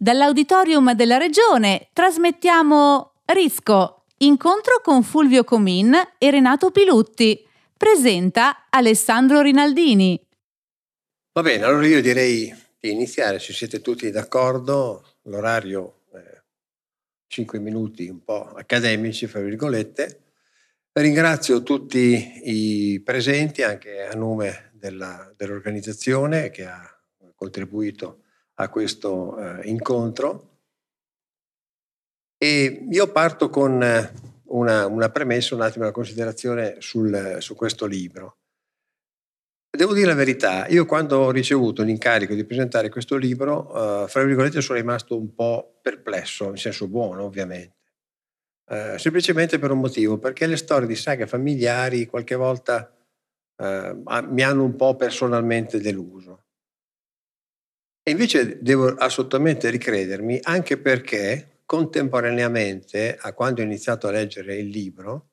Dall'Auditorium della Regione trasmettiamo Risco, incontro con Fulvio Comin e Renato Pilutti. Presenta Alessandro Rinaldini. Va bene, allora io direi di iniziare, se siete tutti d'accordo, l'orario 5 minuti un po' accademici, fra virgolette. Ringrazio tutti i presenti anche a nome dell'organizzazione che ha contribuito a questo incontro, e io parto con una premessa, un attimo, una considerazione su questo libro. Devo dire la verità, io quando ho ricevuto l'incarico di presentare questo libro, fra virgolette, sono rimasto un po' perplesso, in senso buono ovviamente, semplicemente per un motivo, perché le storie di saghe familiari qualche volta mi hanno un po' personalmente deluso. E invece devo assolutamente ricredermi, anche perché contemporaneamente a quando ho iniziato a leggere il libro,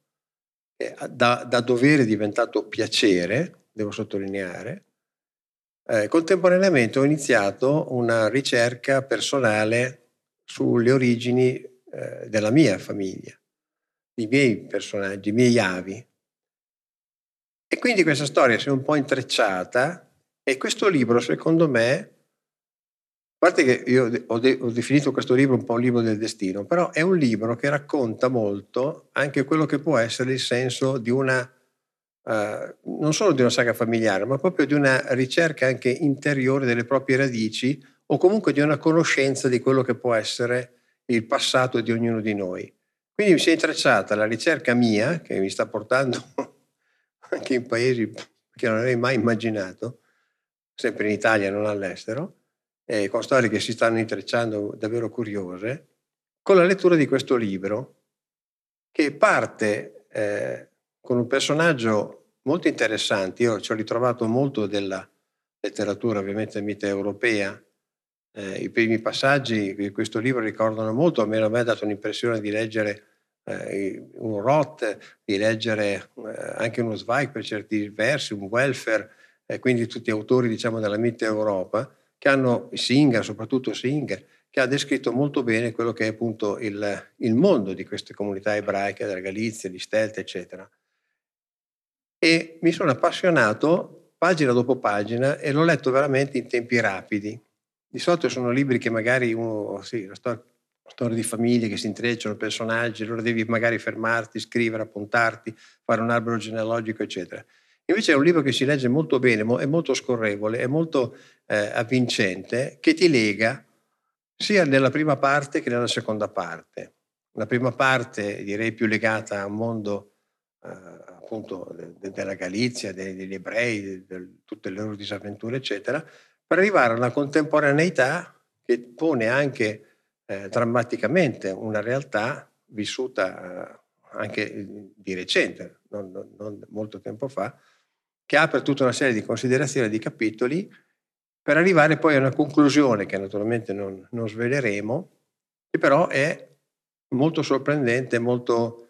da dovere è diventato piacere, devo sottolineare, contemporaneamente ho iniziato una ricerca personale sulle origini della mia famiglia, i miei personaggi, i miei avi. E quindi questa storia si è un po' intrecciata e questo libro, secondo me, a parte che io ho definito questo libro un po' un libro del destino, però è un libro che racconta molto anche quello che può essere il senso di una, non solo di una saga familiare, ma proprio di una ricerca anche interiore delle proprie radici, o comunque di una conoscenza di quello che può essere il passato di ognuno di noi. Quindi mi si è intrecciata la ricerca mia, che mi sta portando anche in paesi che non avrei mai immaginato, sempre in Italia, non all'estero, con storie che si stanno intrecciando davvero curiose, con la lettura di questo libro, che parte con un personaggio molto interessante. Io ci ho ritrovato molto della letteratura ovviamente mitteleuropea. I primi passaggi di questo libro ricordano molto, almeno a me ha dato l'impressione di leggere un Roth, di leggere anche uno Zweig per certi versi, un Welfer, quindi tutti autori, diciamo, della Mitteleuropa, che hanno, Singer, soprattutto Singer, che ha descritto molto bene quello che è appunto il mondo di queste comunità ebraiche, della Galizia, di Stelt, eccetera. E mi sono appassionato pagina dopo pagina e l'ho letto veramente in tempi rapidi. Di solito sono libri che magari uno, sì, la storia di famiglie che si intrecciano, personaggi, allora devi magari fermarti, scrivere, appuntarti, fare un albero genealogico, eccetera. Invece è un libro che si legge molto bene, è molto scorrevole, è molto avvincente, che ti lega sia nella prima parte che nella seconda parte. La prima parte direi più legata a un mondo appunto della Galizia, degli ebrei, tutte le loro disavventure, eccetera, per arrivare alla contemporaneità che pone anche drammaticamente una realtà vissuta anche di recente, non molto tempo fa, che apre tutta una serie di considerazioni, di capitoli, per arrivare poi a una conclusione che naturalmente non sveleremo, che però è molto sorprendente, molto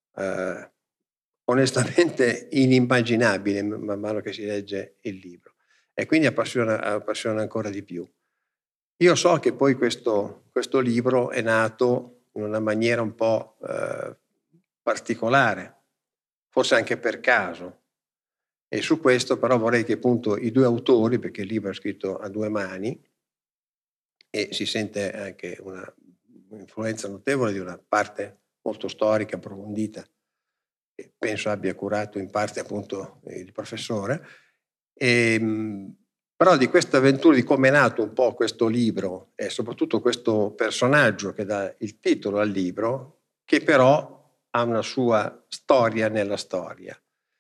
onestamente inimmaginabile man mano che si legge il libro, e quindi appassiona ancora di più. Io so che poi questo libro è nato in una maniera un po' particolare, forse anche per caso, e su questo però vorrei che appunto i due autori, perché il libro è scritto a due mani e si sente anche un'influenza notevole di una parte molto storica, approfondita, che penso abbia curato in parte appunto il professore, però di questa avventura, di come è nato un po' questo libro e soprattutto questo personaggio che dà il titolo al libro, che però ha una sua storia nella storia,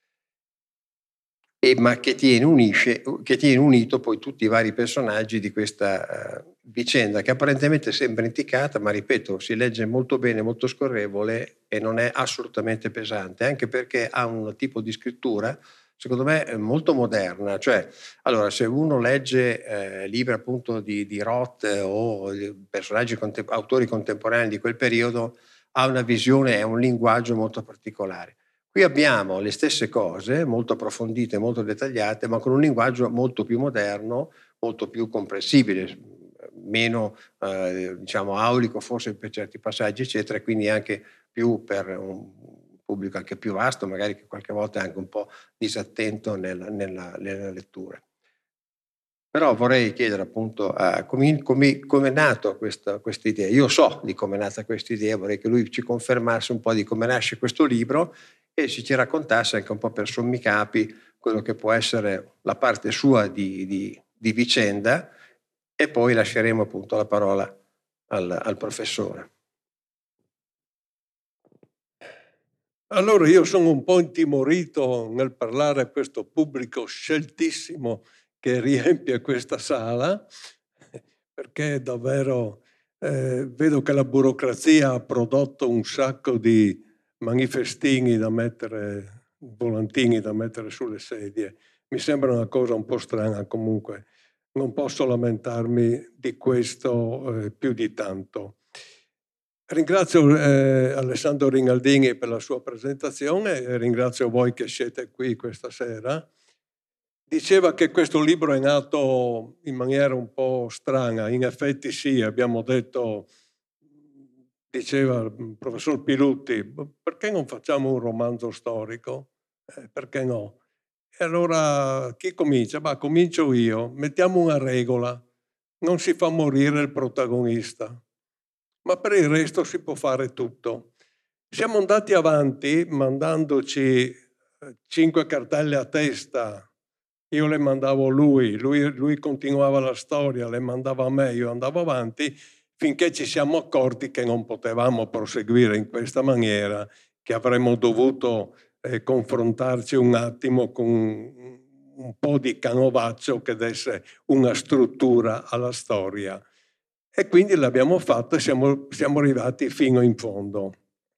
ma che tiene unito poi tutti i vari personaggi di questa vicenda, che apparentemente sembra intricata, ma ripeto, si legge molto bene, molto scorrevole e non è assolutamente pesante, anche perché ha un tipo di scrittura, secondo me, molto moderna. Cioè, allora, se uno legge libri appunto di Roth o di personaggi autori contemporanei di quel periodo, ha una visione e un linguaggio molto particolare. Qui abbiamo le stesse cose, molto approfondite, molto dettagliate, ma con un linguaggio molto più moderno, molto più comprensibile, meno diciamo aulico forse per certi passaggi eccetera, e quindi anche più per un pubblico anche più vasto, magari che qualche volta è anche un po' disattento nella lettura. Però vorrei chiedere appunto a come è nato questa idea. Io so di come è nata questa idea, vorrei che lui ci confermasse un po' di come nasce questo libro e ci raccontasse anche un po' per sommi capi quello che può essere la parte sua di vicenda, e poi lasceremo appunto la parola al professore. Allora io sono un po' intimorito nel parlare a questo pubblico sceltissimo che riempie questa sala, perché davvero vedo che la burocrazia ha prodotto un sacco di manifestini da mettere, volantini da mettere sulle sedie. Mi sembra una cosa un po' strana, comunque non posso lamentarmi di questo più di tanto. Ringrazio Alessandro Rinaldini per la sua presentazione e ringrazio voi che siete qui questa sera. Diceva che questo libro è nato in maniera un po' strana. In effetti sì, abbiamo detto, diceva il professor Pilutti, perché non facciamo un romanzo storico? Perché no? E allora chi comincia? Ma comincio io. Mettiamo una regola. Non si fa morire il protagonista, ma per il resto si può fare tutto. Siamo andati avanti mandandoci 5 cartelle a testa. Io le mandavo a lui continuava la storia, le mandava a me, io andavo avanti, finché ci siamo accorti che non potevamo proseguire in questa maniera, che avremmo dovuto confrontarci un attimo con un po' di canovaccio che desse una struttura alla storia. E quindi l'abbiamo fatto e siamo arrivati fino in fondo.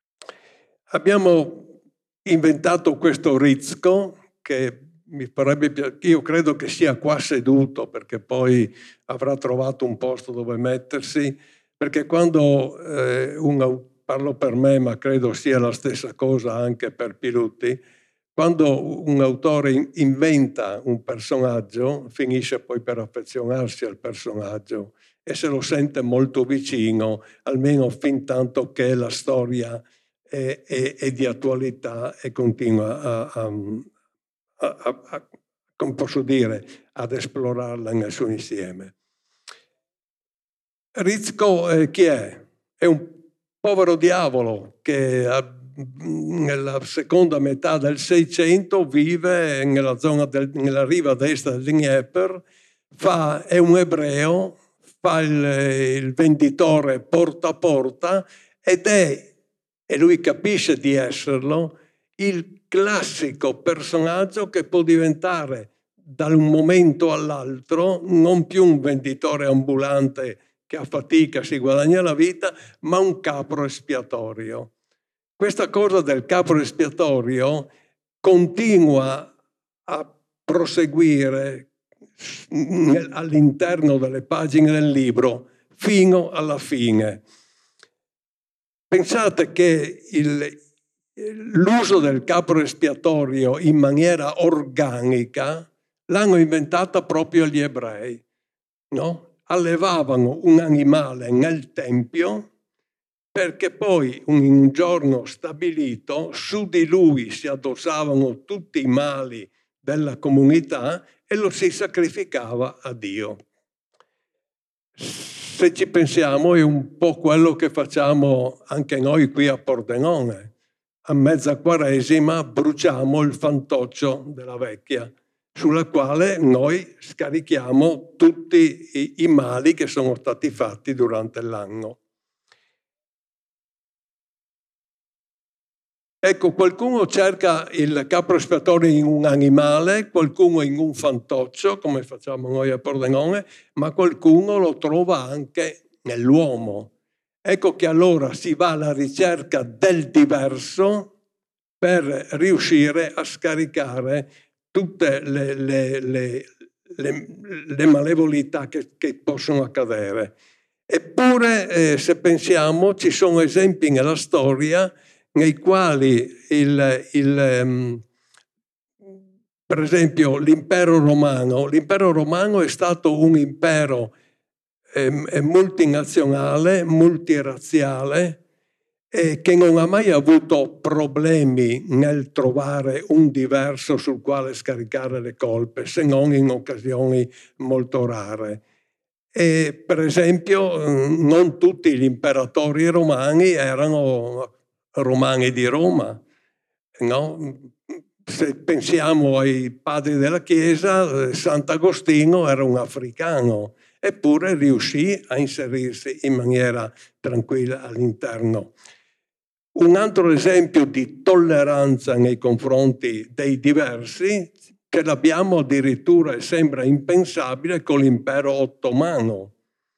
Abbiamo inventato questo Rizzo che mi farebbe, io credo che sia qua seduto perché poi avrà trovato un posto dove mettersi, perché quando parlo per me ma credo sia la stessa cosa anche per Pilutti, quando un autore inventa un personaggio finisce poi per affezionarsi al personaggio e se lo sente molto vicino, almeno fin tanto che la storia è di attualità e continua come posso dire, ad esplorarla nel suo insieme. Rizzo chi è? È un povero diavolo che nella seconda metà del Seicento vive nella zona nella riva destra del Dnieper, è un ebreo, fa il venditore porta a porta ed e lui capisce di esserlo, il classico personaggio che può diventare da un momento all'altro non più un venditore ambulante che a fatica si guadagna la vita, ma un capro espiatorio. Questa cosa del capro espiatorio continua a proseguire all'interno delle pagine del libro fino alla fine. Pensate che l'uso del capro espiatorio in maniera organica l'hanno inventata proprio gli ebrei, no? Allevavano un animale nel tempio perché poi in un giorno stabilito su di lui si addossavano tutti i mali della comunità e lo si sacrificava a Dio. Se ci pensiamo è un po' quello che facciamo anche noi qui a Pordenone. A mezza Quaresima bruciamo il fantoccio della vecchia, sulla quale noi scarichiamo tutti i mali che sono stati fatti durante l'anno. Ecco, qualcuno cerca il capro espiatorio in un animale, qualcuno in un fantoccio, come facciamo noi a Pordenone, ma qualcuno lo trova anche nell'uomo. Ecco che allora si va alla ricerca del diverso per riuscire a scaricare tutte le malevolità che possono accadere. Eppure, se pensiamo, ci sono esempi nella storia nei quali per esempio l'impero romano è stato un impero è multinazionale, multirazziale, e che non ha mai avuto problemi nel trovare un diverso sul quale scaricare le colpe, se non in occasioni molto rare. E, per esempio, non tutti gli imperatori romani erano romani di Roma, no? Se pensiamo ai padri della Chiesa, Sant'Agostino era un africano, eppure riuscì a inserirsi in maniera tranquilla all'interno. Un altro esempio di tolleranza nei confronti dei diversi ce l'abbiamo addirittura, e sembra impensabile, con l'impero ottomano.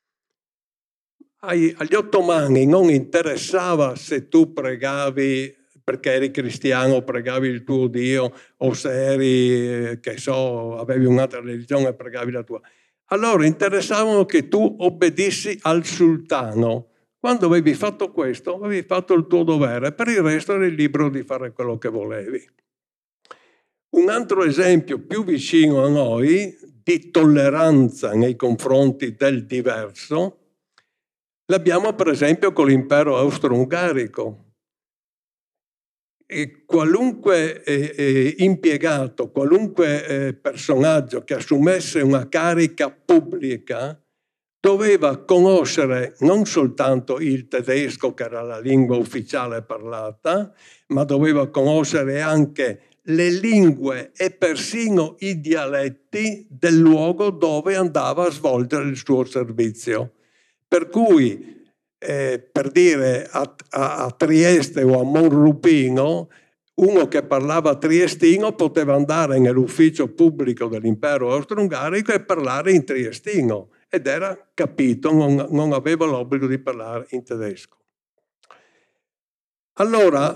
Agli ottomani non interessava se tu pregavi perché eri cristiano, pregavi il tuo Dio, o se eri, che so, avevi un'altra religione e pregavi la tua. Allora interessavano che tu obbedissi al sultano. Quando avevi fatto questo, avevi fatto il tuo dovere, per il resto eri libero di fare quello che volevi. Un altro esempio più vicino a noi di tolleranza nei confronti del diverso l'abbiamo per esempio con l'impero austro-ungarico. E qualunque impiegato, qualunque personaggio che assumesse una carica pubblica doveva conoscere non soltanto il tedesco, che era la lingua ufficiale parlata, ma doveva conoscere anche le lingue e persino i dialetti del luogo dove andava a svolgere il suo servizio. Per cui, per dire, a Trieste o a Monrupino, uno che parlava triestino poteva andare nell'ufficio pubblico dell'impero austro-ungarico e parlare in triestino, ed era capito, non aveva l'obbligo di parlare in tedesco. Allora,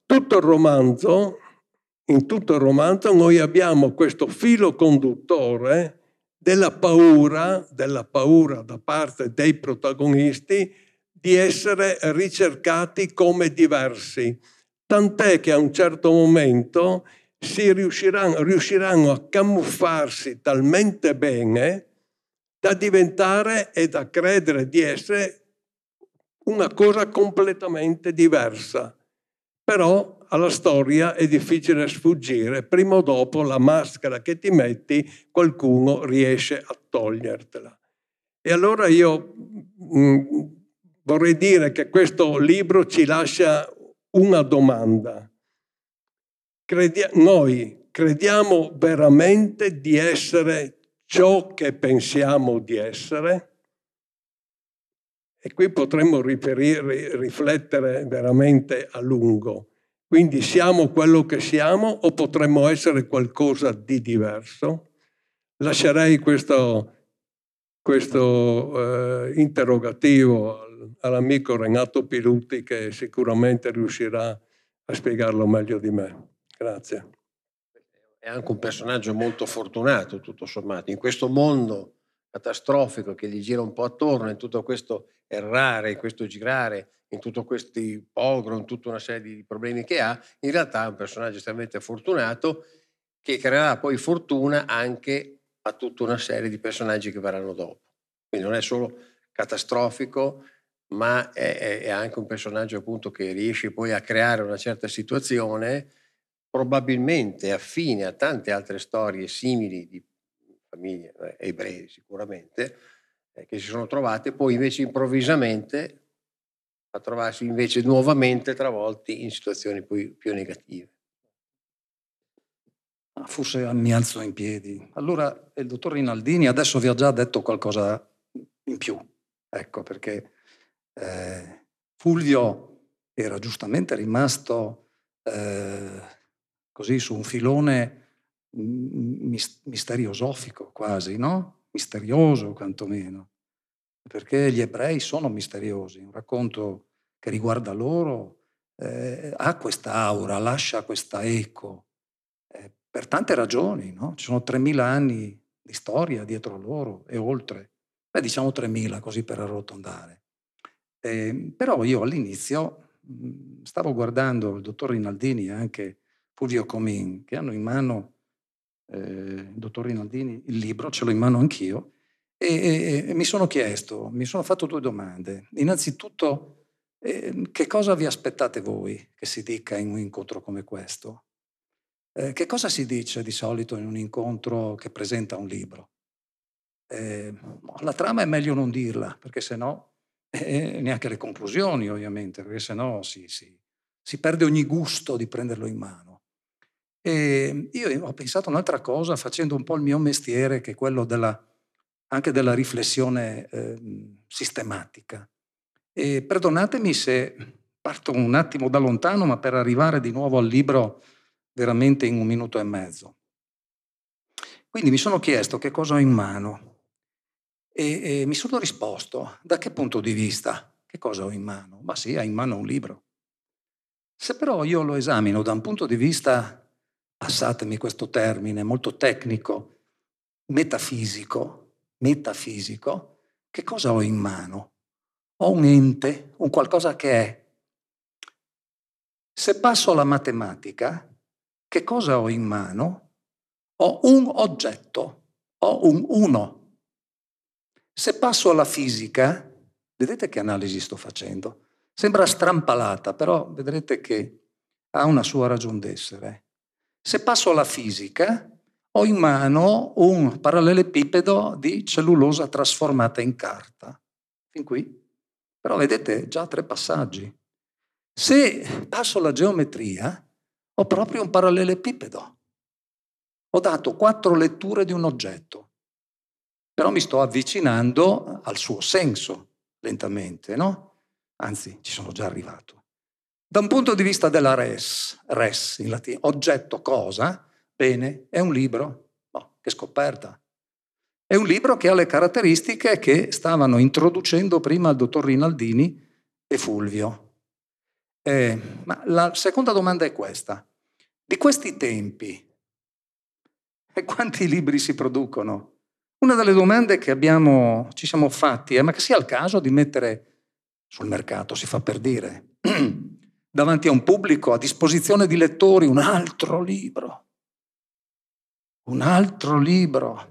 in tutto il romanzo noi abbiamo questo filo conduttore della paura da parte dei protagonisti di essere ricercati come diversi, tant'è che a un certo momento riusciranno a camuffarsi talmente bene da diventare e da credere di essere una cosa completamente diversa. Però alla storia è difficile sfuggire, prima o dopo la maschera che ti metti qualcuno riesce a togliertela. E allora io vorrei dire che questo libro ci lascia una domanda. Noi crediamo veramente di essere ciò che pensiamo di essere? E qui potremmo riflettere veramente a lungo. Quindi siamo quello che siamo o potremmo essere qualcosa di diverso? Lascerei questo interrogativo all'amico Renato Pilutti, che sicuramente riuscirà a spiegarlo meglio di me. Grazie. È anche un personaggio molto fortunato, tutto sommato, in questo mondo catastrofico che gli gira un po' attorno, in tutto questo errare, in questo girare, in tutti questi pogrom, in tutta una serie di problemi che ha, in realtà è un personaggio estremamente fortunato che creerà poi fortuna anche a tutta una serie di personaggi che verranno dopo. Quindi non è solo catastrofico, ma è anche un personaggio appunto che riesce poi a creare una certa situazione probabilmente affine a tante altre storie simili di famiglie ebree sicuramente, che si sono trovate poi invece improvvisamente a trovarsi invece nuovamente travolti in situazioni poi più negative. Forse mi alzo in piedi. Allora, il dottor Rinaldini adesso vi ha già detto qualcosa in più, ecco, perché Fulvio era giustamente rimasto così su un filone misteriosofico quasi, no? Misterioso quantomeno, perché gli ebrei sono misteriosi, un racconto che riguarda loro ha questa aura, lascia questa eco, per tante ragioni, no? Ci sono 3.000 anni di storia dietro loro e oltre, diciamo 3.000 così per arrotondare. Però io all'inizio stavo guardando il dottor Rinaldini e anche Fulvio Comin, che hanno in mano, il dottor Rinaldini, il libro, ce l'ho in mano anch'io, E mi sono fatto 2 domande. Innanzitutto, che cosa vi aspettate voi che si dica in un incontro come questo? Che cosa si dice di solito in un incontro che presenta un libro? La trama è meglio non dirla, perché sennò, neanche le conclusioni ovviamente, perché sennò si perde ogni gusto di prenderlo in mano. E io ho pensato un'altra cosa facendo un po' il mio mestiere, che è quello anche della riflessione sistematica. E perdonatemi se parto un attimo da lontano, ma per arrivare di nuovo al libro veramente in 1 minuto e mezzo. Quindi mi sono chiesto che cosa ho in mano e mi sono risposto: da che punto di vista? Che cosa ho in mano? Ma sì, hai in mano un libro. Se però io lo esamino da un punto di vista, passatemi questo termine molto tecnico, metafisico, che cosa ho in mano? Ho un ente, un qualcosa che è. Se passo alla matematica, che cosa ho in mano? Ho un oggetto, ho un uno. Se passo alla fisica, vedete che analisi sto facendo? Sembra strampalata, però vedrete che ha una sua ragion d'essere. Se passo alla fisica, ho in mano un parallelepipedo di cellulosa trasformata in carta. Fin qui? Però vedete già 3 passaggi. Se passo alla geometria, ho proprio un parallelepipedo. Ho dato 4 letture di un oggetto. Però mi sto avvicinando al suo senso, lentamente, no? Anzi, ci sono già arrivato. Da un punto di vista della res in latino, oggetto cosa? Bene, è un libro. Oh, che scoperta. È un libro che ha le caratteristiche che stavano introducendo prima il dottor Rinaldini e Fulvio. Ma la seconda domanda è questa. Di questi tempi, quanti libri si producono? Una delle domande che ci siamo fatti è: ma che sia il caso di mettere sul mercato, si fa per dire, davanti a un pubblico, a disposizione di lettori, un altro libro. Un altro libro.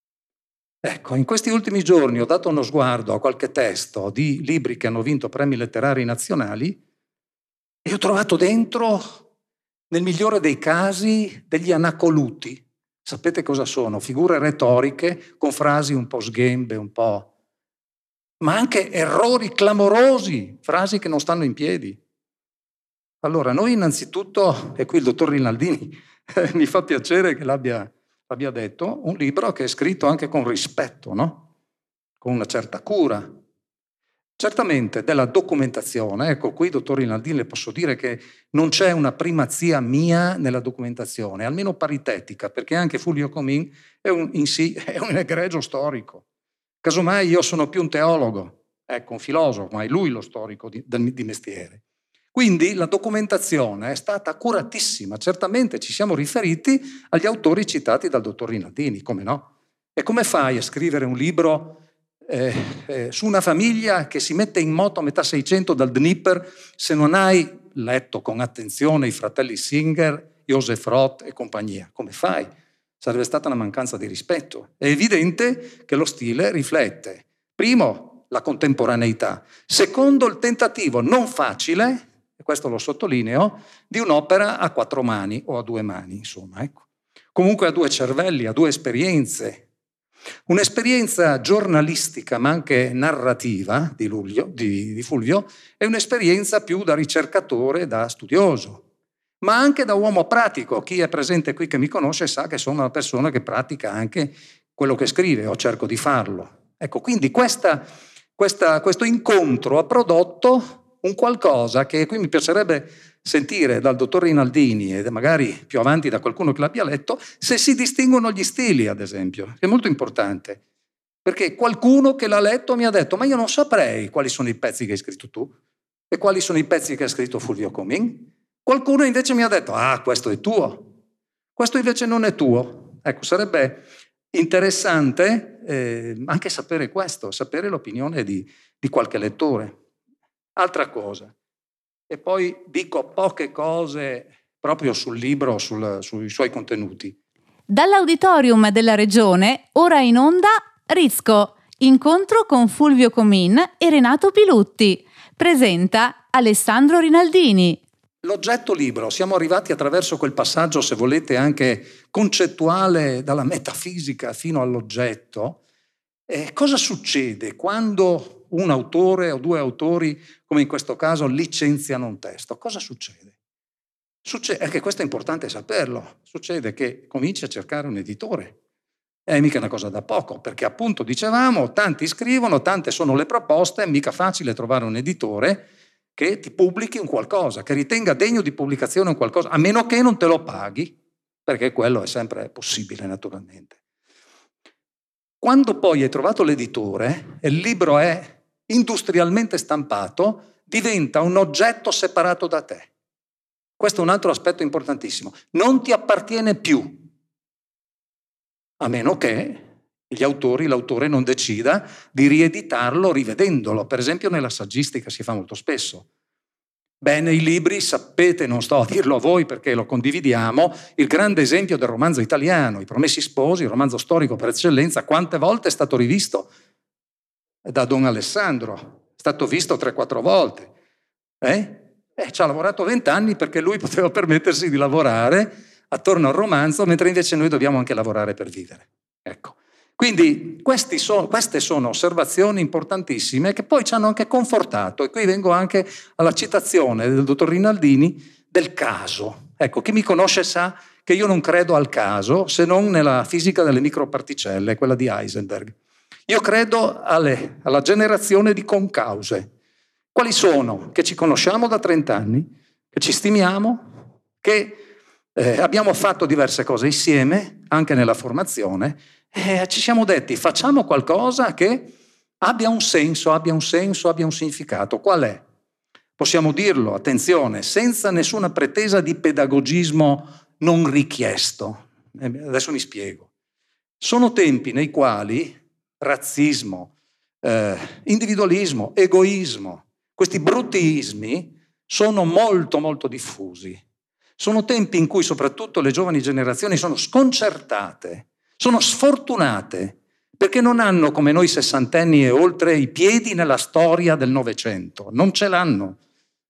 Ecco, in questi ultimi giorni ho dato uno sguardo a qualche testo di libri che hanno vinto premi letterari nazionali e ho trovato dentro, nel migliore dei casi, degli anacoluti. Sapete cosa sono? Figure retoriche con frasi un po' sghembe, un po', ma anche errori clamorosi, frasi che non stanno in piedi. Allora, noi innanzitutto, e qui il dottor Rinaldini mi fa piacere che l'abbia detto, un libro che è scritto anche con rispetto, no? Con una certa cura. Certamente della documentazione, ecco qui, dottor Rinaldini, le posso dire che non c'è una primazia mia nella documentazione, almeno paritetica, perché anche Fulvio Comin è un egregio storico. Casomai io sono più un teologo, ecco, un filosofo, ma è lui lo storico di mestiere. Quindi la documentazione è stata accuratissima, certamente ci siamo riferiti agli autori citati dal dottor Rinaldini, come no? E come fai a scrivere un libro su una famiglia che si mette in moto a metà 600 dal Dnieper se non hai letto con attenzione i fratelli Singer, Joseph Roth e compagnia? Come fai? Sarebbe stata una mancanza di rispetto. È evidente che lo stile riflette, primo, la contemporaneità, secondo, il tentativo non facile, e questo lo sottolineo, di un'opera a 4 mani o a 2 mani, insomma, ecco. Comunque a 2 cervelli, a 2 esperienze. Un'esperienza giornalistica ma anche narrativa di Fulvio è un'esperienza più da ricercatore, da studioso, ma anche da uomo pratico. Chi è presente qui che mi conosce sa che sono una persona che pratica anche quello che scrive, o cerco di farlo. Ecco, quindi questo incontro ha prodotto un qualcosa che qui mi piacerebbe sentire dal dottor Rinaldini e magari più avanti da qualcuno che l'abbia letto, se si distinguono gli stili, ad esempio, che è molto importante. Perché qualcuno che l'ha letto mi ha detto: ma io non saprei quali sono i pezzi che hai scritto tu e quali sono i pezzi che ha scritto Fulvio Comin. Qualcuno invece mi ha detto: ah, questo è tuo, questo invece non è tuo. Ecco, sarebbe interessante anche sapere questo, sapere l'opinione di qualche lettore. Altra cosa. E poi dico poche cose proprio sul libro, sui suoi contenuti. Dall'auditorium della Regione, ora in onda Risco, incontro con Fulvio Comin e Renato Pilutti. Presenta Alessandro Rinaldini. L'oggetto libero, siamo arrivati attraverso quel passaggio, se volete, anche concettuale, dalla metafisica fino all'oggetto. Cosa succede quando un autore o due autori, come in questo caso, licenziano un testo? Cosa succede? Succede che questo è importante saperlo. Succede che cominci a cercare un editore. È mica una cosa da poco, perché appunto dicevamo, tanti scrivono, tante sono le proposte, è mica facile trovare un editore che ti pubblichi un qualcosa, che ritenga degno di pubblicazione un qualcosa, a meno che non te lo paghi, perché quello è sempre possibile naturalmente. Quando poi hai trovato l'editore e il libro è industrialmente stampato, diventa un oggetto separato da te. Questo è un altro aspetto importantissimo. Non ti appartiene più, a meno che l'autore non decida di rieditarlo rivedendolo. Per esempio nella saggistica si fa molto spesso. Bene, i libri, sapete, non sto a dirlo a voi perché lo condividiamo, il grande esempio del romanzo italiano, I Promessi Sposi, il romanzo storico per eccellenza, quante volte è stato rivisto da Don Alessandro? È stato visto 3-4 volte. Ci ha lavorato 20 anni perché lui poteva permettersi di lavorare attorno al romanzo, mentre invece noi dobbiamo anche lavorare per vivere. Ecco. Quindi queste sono osservazioni importantissime che poi ci hanno anche confortato, e qui vengo anche alla citazione del dottor Rinaldini del caso. Ecco, chi mi conosce sa che io non credo al caso se non nella fisica delle microparticelle, quella di Heisenberg. Io credo alla generazione di concause. Quali sono? Che ci conosciamo da 30 anni, che ci stimiamo, che abbiamo fatto diverse cose insieme, anche nella formazione, e ci siamo detti facciamo qualcosa che abbia un senso, abbia un significato. Qual è? Possiamo dirlo, attenzione, senza nessuna pretesa di pedagogismo non richiesto. Adesso mi spiego. Sono tempi nei quali razzismo, individualismo, egoismo, questi brutti ismi sono molto molto diffusi. Sono tempi in cui soprattutto le giovani generazioni sono sconcertate, sono sfortunate, perché non hanno, come noi sessantenni e oltre, i piedi nella storia del Novecento. Non ce l'hanno.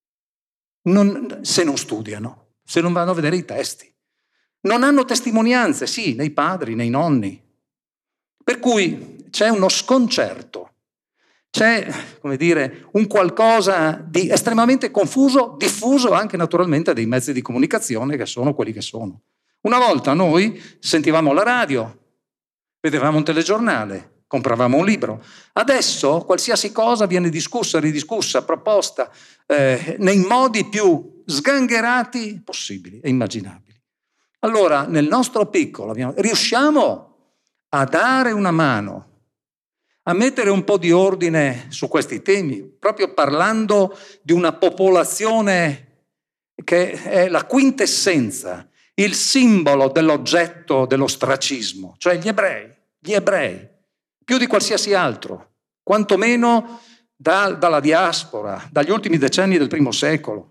Se non studiano, se non vanno a vedere i testi. Non hanno testimonianze, sì, nei padri, nei nonni. Per cui c'è uno sconcerto. C'è, come dire, un qualcosa di estremamente confuso, diffuso anche naturalmente dai mezzi di comunicazione che sono quelli che sono. Una volta noi sentivamo la radio, vedevamo un telegiornale, compravamo un libro. Adesso qualsiasi cosa viene discussa, ridiscussa, proposta nei modi più sgangherati possibili e immaginabili. Allora, nel nostro piccolo, riusciamo a dare una mano, a mettere un po' di ordine su questi temi, proprio parlando di una popolazione che è la quintessenza, il simbolo dell'oggetto dell'ostracismo, cioè gli ebrei, più di qualsiasi altro, quantomeno dalla diaspora, dagli ultimi decenni del primo secolo.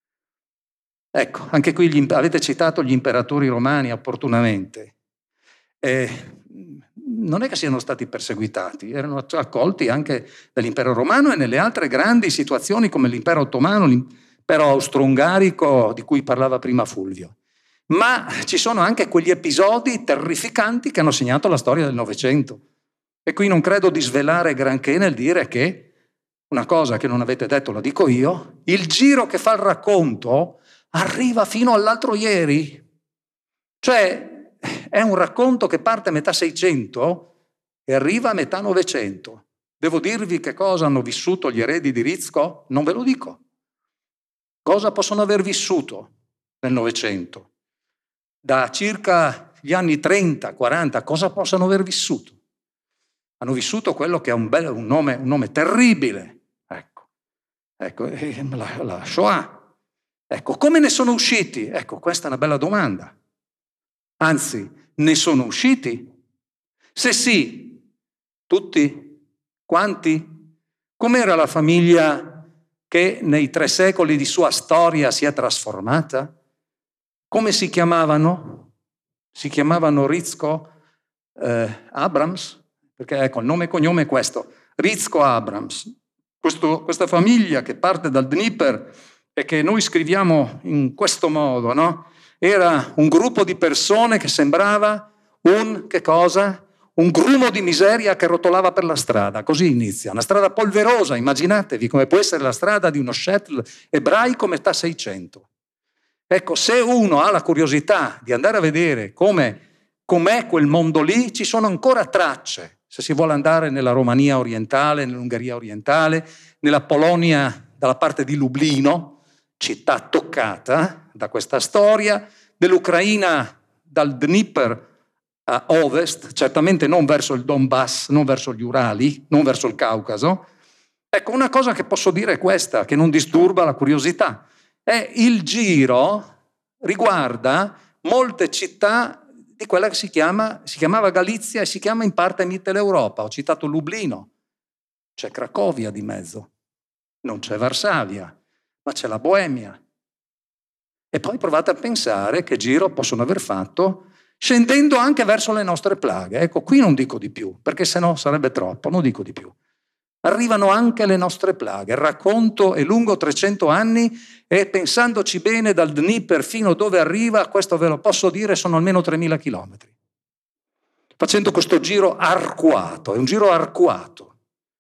Ecco, anche qui avete citato gli imperatori romani opportunamente. Non è che siano stati perseguitati, erano accolti anche dall'impero romano e nelle altre grandi situazioni come l'impero ottomano, l'impero austro-ungarico di cui parlava prima Fulvio. Ma ci sono anche quegli episodi terrificanti che hanno segnato la storia del Novecento. E qui non credo di svelare granché nel dire che, una cosa che non avete detto la dico io, il giro che fa il racconto arriva fino all'altro ieri. Cioè è un racconto che parte a metà 600 e arriva a metà 900. Devo dirvi che cosa hanno vissuto gli eredi di Rizko? Non ve lo dico. Cosa possono aver vissuto nel Novecento? Da circa gli anni 30, 40, cosa possono aver vissuto? Hanno vissuto quello che è un nome terribile. Ecco, la Shoah. Ecco, come ne sono usciti? Ecco, questa è una bella domanda. Anzi, ne sono usciti? Se sì, tutti? Quanti? Com'era la famiglia che nei 3 secoli di sua storia si è trasformata? Come si chiamavano? Si chiamavano Rizko, Abrams, perché ecco, il nome e cognome è questo, Rizko Abrams. Questa famiglia che parte dal Dnieper e che noi scriviamo in questo modo, no? Era un gruppo di persone che sembrava che cosa? Un grumo di miseria che rotolava per la strada. Così inizia, una strada polverosa, immaginatevi come può essere la strada di uno shuttle ebraico metà 600. Ecco, se uno ha la curiosità di andare a vedere com'è quel mondo lì, ci sono ancora tracce. Se si vuole andare nella Romania orientale, nell'Ungheria orientale, nella Polonia dalla parte di Lublino, città toccata da questa storia, nell'Ucraina dal Dnieper a ovest, certamente non verso il Donbass, non verso gli Urali, non verso il Caucaso. Ecco, una cosa che posso dire è questa, che non disturba la curiosità. Il giro riguarda molte città di quella che si chiamava Galizia e si chiama in parte Mitteleuropa. Ho citato Lublino, c'è Cracovia di mezzo, non c'è Varsavia, ma c'è la Boemia. E poi provate a pensare che giro possono aver fatto scendendo anche verso le nostre plaghe. Ecco, qui non dico di più, perché sennò sarebbe troppo, non dico di più. Arrivano anche le nostre plaghe. Il racconto è lungo 300 anni e pensandoci bene dal Dnieper fino dove arriva, questo ve lo posso dire, sono almeno 3.000 chilometri. Facendo questo giro arcuato, è un giro arcuato.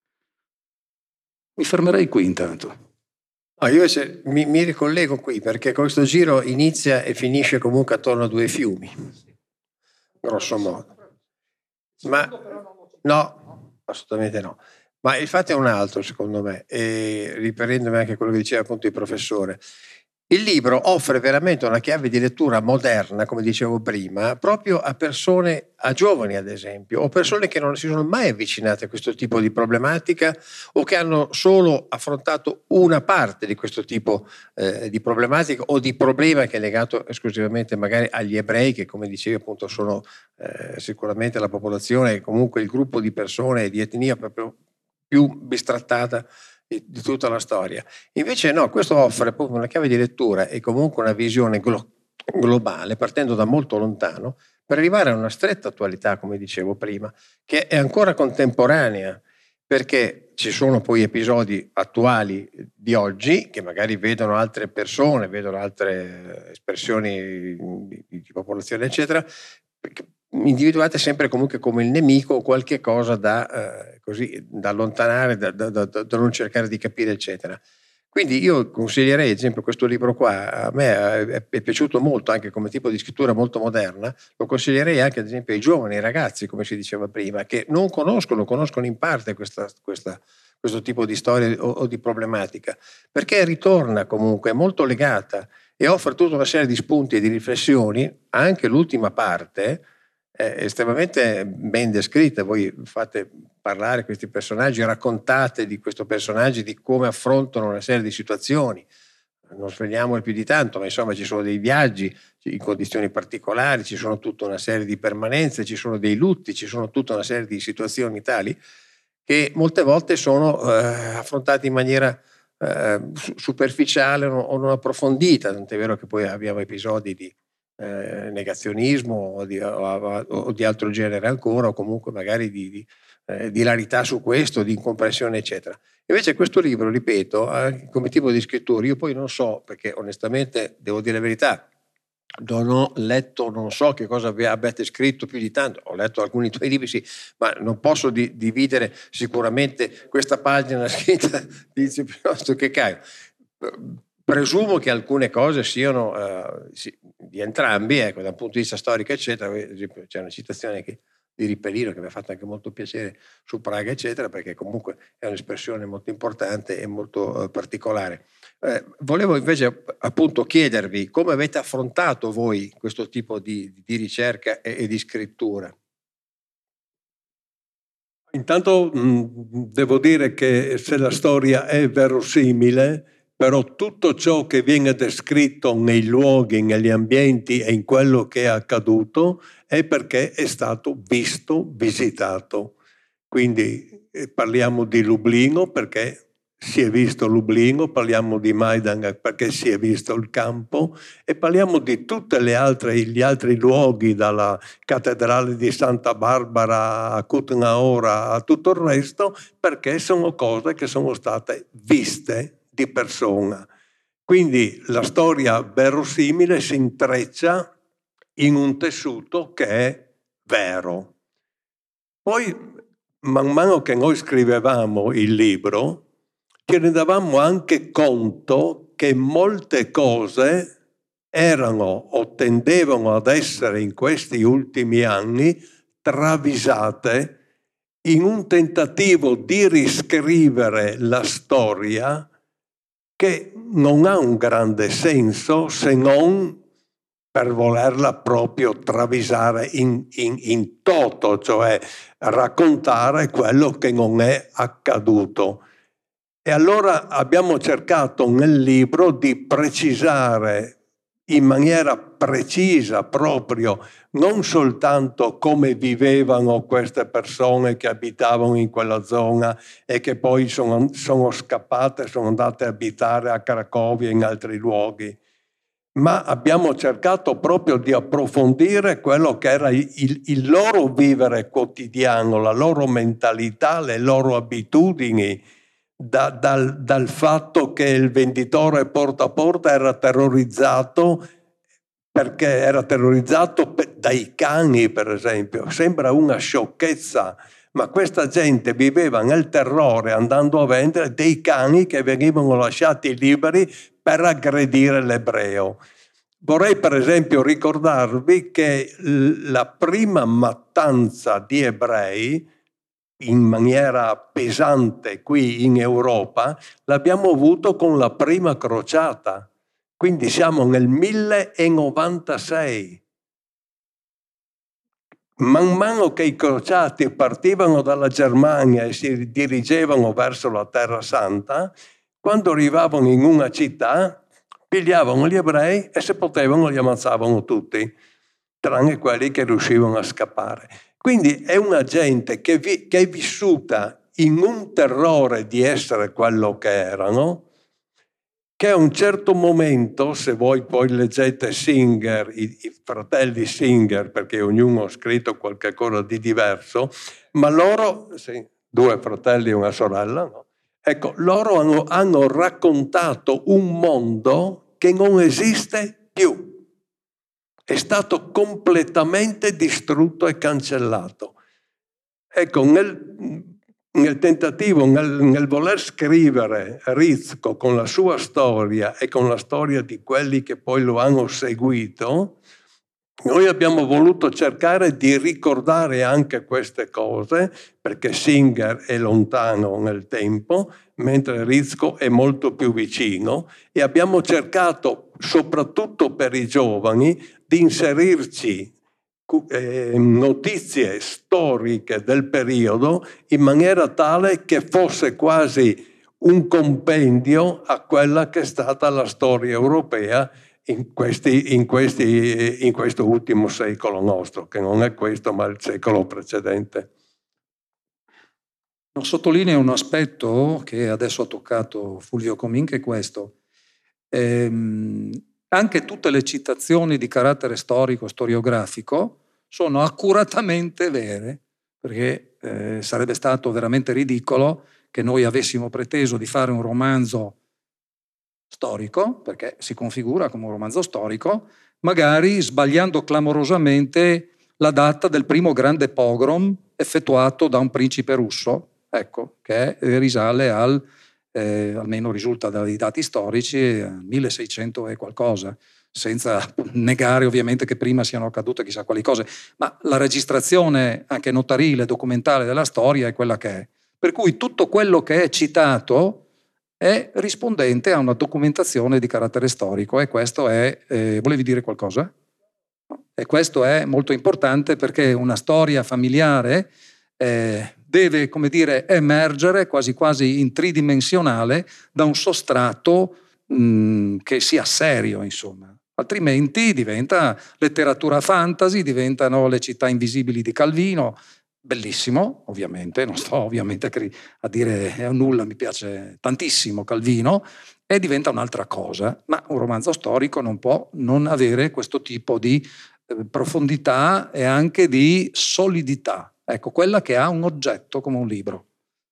Mi fermerei qui intanto. No, io mi ricollego qui perché questo giro inizia e finisce comunque attorno a 2 fiumi, grosso modo. Ma no, assolutamente no. Ma il fatto è un altro, secondo me, e riprendendomi anche quello che diceva appunto il professore. Il libro offre veramente una chiave di lettura moderna, come dicevo prima, proprio a persone, a giovani ad esempio, o persone che non si sono mai avvicinate a questo tipo di problematica o che hanno solo affrontato una parte di questo tipo di problematica o di problema che è legato esclusivamente magari agli ebrei, che come dicevi appunto sono sicuramente la popolazione, comunque il gruppo di persone di etnia proprio più bistrattata di tutta la storia. Invece no, questo offre proprio una chiave di lettura e comunque una visione globale, partendo da molto lontano, per arrivare a una stretta attualità, come dicevo prima, che è ancora contemporanea, perché ci sono poi episodi attuali di oggi che magari vedono altre persone, vedono altre espressioni di popolazione, eccetera, individuate sempre comunque come il nemico o qualche cosa da allontanare, da non cercare di capire, eccetera. Quindi io consiglierei, ad esempio, questo libro qua, a me è piaciuto molto anche come tipo di scrittura molto moderna, lo consiglierei anche ad esempio ai giovani, ai ragazzi, come si diceva prima, che non conoscono in parte questo tipo di storia o di problematica, perché ritorna comunque, è molto legata e offre tutta una serie di spunti e di riflessioni, anche l'ultima parte, estremamente ben descritta. Voi fate parlare questi personaggi, raccontate di questi personaggi, di come affrontano una serie di situazioni. Non svegliamo più di tanto, ma insomma ci sono dei viaggi in condizioni particolari, ci sono tutta una serie di permanenze, ci sono dei lutti, ci sono tutta una serie di situazioni tali che molte volte sono affrontate in maniera superficiale o non approfondita, tant'è vero che poi abbiamo episodi di negazionismo o di altro genere ancora, o comunque magari di ilarità su questo, di incomprensione, eccetera. Invece questo libro, ripeto, come tipo di scrittura, io poi non so, perché onestamente devo dire la verità, non ho letto, non so che cosa abbiate scritto più di tanto, ho letto alcuni tuoi libri, sì, ma non posso dividere sicuramente questa pagina scritta piuttosto che Caio. Presumo che alcune cose siano di entrambi, ecco, da un punto di vista storico, eccetera. Per esempio, c'è una citazione di Ripperino che mi ha fatto anche molto piacere su Praga, eccetera, perché comunque è un'espressione molto importante e molto particolare. Volevo invece appunto chiedervi come avete affrontato voi questo tipo di ricerca e di scrittura. Intanto devo dire che se la storia è verosimile, però tutto ciò che viene descritto nei luoghi, negli ambienti e in quello che è accaduto è perché è stato visto, visitato. Quindi parliamo di Lublino perché si è visto Lublino, parliamo di Maidan perché si è visto il campo, e parliamo di tutti gli altri luoghi, dalla cattedrale di Santa Barbara a Kutnaora a tutto il resto, perché sono cose che sono state viste di persona. Quindi la storia verosimile si intreccia in un tessuto che è vero. Poi, man mano che noi scrivevamo il libro, ci rendevamo anche conto che molte cose erano o tendevano ad essere in questi ultimi anni travisate in un tentativo di riscrivere la storia che non ha un grande senso se non per volerla proprio travisare in toto, cioè raccontare quello che non è accaduto. E allora abbiamo cercato nel libro di precisare in maniera precisa proprio non soltanto come vivevano queste persone che abitavano in quella zona e che poi sono scappate, sono andate a abitare a Cracovia e in altri luoghi, ma abbiamo cercato proprio di approfondire quello che era il loro vivere quotidiano, la loro mentalità, le loro abitudini, dal fatto che il venditore porta a porta era terrorizzato perché era terrorizzato dai cani, per esempio. Sembra una sciocchezza, ma questa gente viveva nel terrore andando a vendere dei cani che venivano lasciati liberi per aggredire l'ebreo. Vorrei per esempio ricordarvi che la prima mattanza di ebrei in maniera pesante qui in Europa l'abbiamo avuto con la prima crociata, quindi siamo nel 1096. Man mano che i crociati partivano dalla Germania e si dirigevano verso la Terra Santa, quando arrivavano in una città pigliavano gli ebrei e se potevano li ammazzavano tutti, tranne quelli che riuscivano a scappare. Quindi è una gente che è vissuta in un terrore di essere quello che erano, che a un certo momento, se voi poi leggete Singer, i fratelli Singer, perché ognuno ha scritto qualche cosa di diverso, ma loro, sì, 2 fratelli e una sorella, no? Ecco, loro hanno raccontato un mondo che non esiste più. È stato completamente distrutto e cancellato. Ecco, nel tentativo, nel voler scrivere Rizko con la sua storia e con la storia di quelli che poi lo hanno seguito, noi abbiamo voluto cercare di ricordare anche queste cose, perché Singer è lontano nel tempo, mentre Rizko è molto più vicino, e abbiamo cercato, soprattutto per i giovani, di inserirci notizie storiche del periodo in maniera tale che fosse quasi un compendio a quella che è stata la storia europea in questo ultimo secolo nostro, che non è questo ma il secolo precedente. Sottolineo un aspetto che adesso ha toccato Fulvio Comin, che è questo. Anche tutte le citazioni di carattere storico, storiografico, sono accuratamente vere, perché sarebbe stato veramente ridicolo che noi avessimo preteso di fare un romanzo storico, perché si configura come un romanzo storico, magari sbagliando clamorosamente la data del primo grande pogrom effettuato da un principe russo, ecco, che risale almeno risulta dai dati storici, al 1600 e qualcosa, senza negare ovviamente che prima siano accadute chissà quali cose, ma la registrazione anche notarile, documentale della storia è quella che è. Per cui tutto quello che è citato è rispondente a una documentazione di carattere storico, e questo è... volevi dire qualcosa? E questo è molto importante, perché una storia familiare deve, come dire, emergere quasi quasi in tridimensionale da un sostrato che sia serio, insomma. Altrimenti diventa letteratura fantasy, diventano Le città invisibili di Calvino, bellissimo, ovviamente, non sto ovviamente a dire nulla, mi piace tantissimo Calvino, e diventa un'altra cosa, ma un romanzo storico non può non avere questo tipo di profondità e anche di solidità, ecco, quella che ha un oggetto come un libro.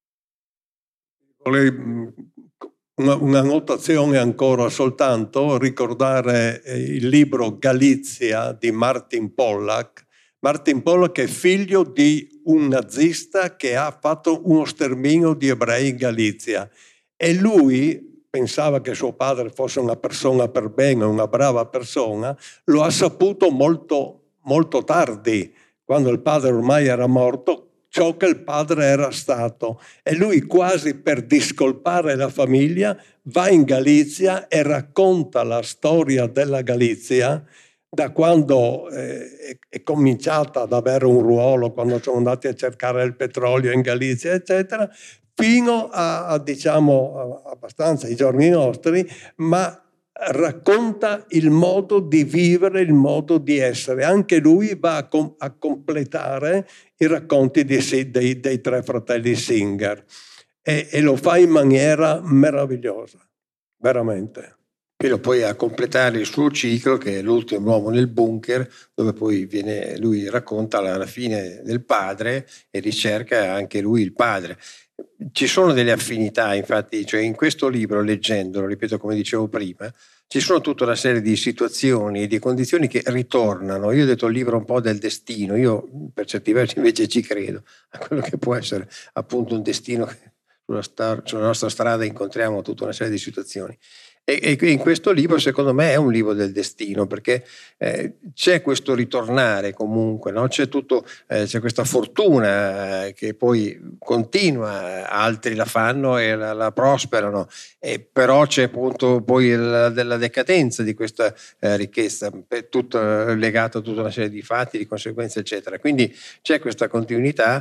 Una notazione ancora soltanto, ricordare il libro Galizia di Martin Pollack. Martin Pollack è figlio di un nazista che ha fatto uno sterminio di ebrei in Galizia e lui pensava che suo padre fosse una persona per bene, una brava persona, lo ha saputo molto, molto tardi, quando il padre ormai era morto, ciò che il padre era stato. E lui, quasi per discolpare la famiglia, va in Galizia e racconta la storia della Galizia da quando è cominciata ad avere un ruolo, quando sono andati a cercare il petrolio in Galizia, eccetera, fino a diciamo, abbastanza ai giorni nostri, ma racconta il modo di vivere, il modo di essere. Anche lui va a completare i racconti dei tre fratelli Singer e lo fa in maniera meravigliosa, veramente. Fino poi a completare il suo ciclo, che è L'ultimo uomo nel bunker, dove poi lui racconta la fine del padre e ricerca anche lui il padre. Ci sono delle affinità, infatti, cioè in questo libro, leggendolo, ripeto come dicevo prima, ci sono tutta una serie di situazioni e di condizioni che ritornano. Io ho detto il libro un po' del destino, io per certi versi invece ci credo a quello che può essere appunto un destino che sulla nostra strada incontriamo tutta una serie di situazioni. E in questo libro, secondo me, è un libro del destino, perché c'è questo ritornare comunque, no? C'è questa fortuna che poi continua, altri la fanno e la prosperano, però c'è appunto poi della decadenza di questa ricchezza, tutto legato a tutta una serie di fatti, di conseguenze, eccetera. Quindi c'è questa continuità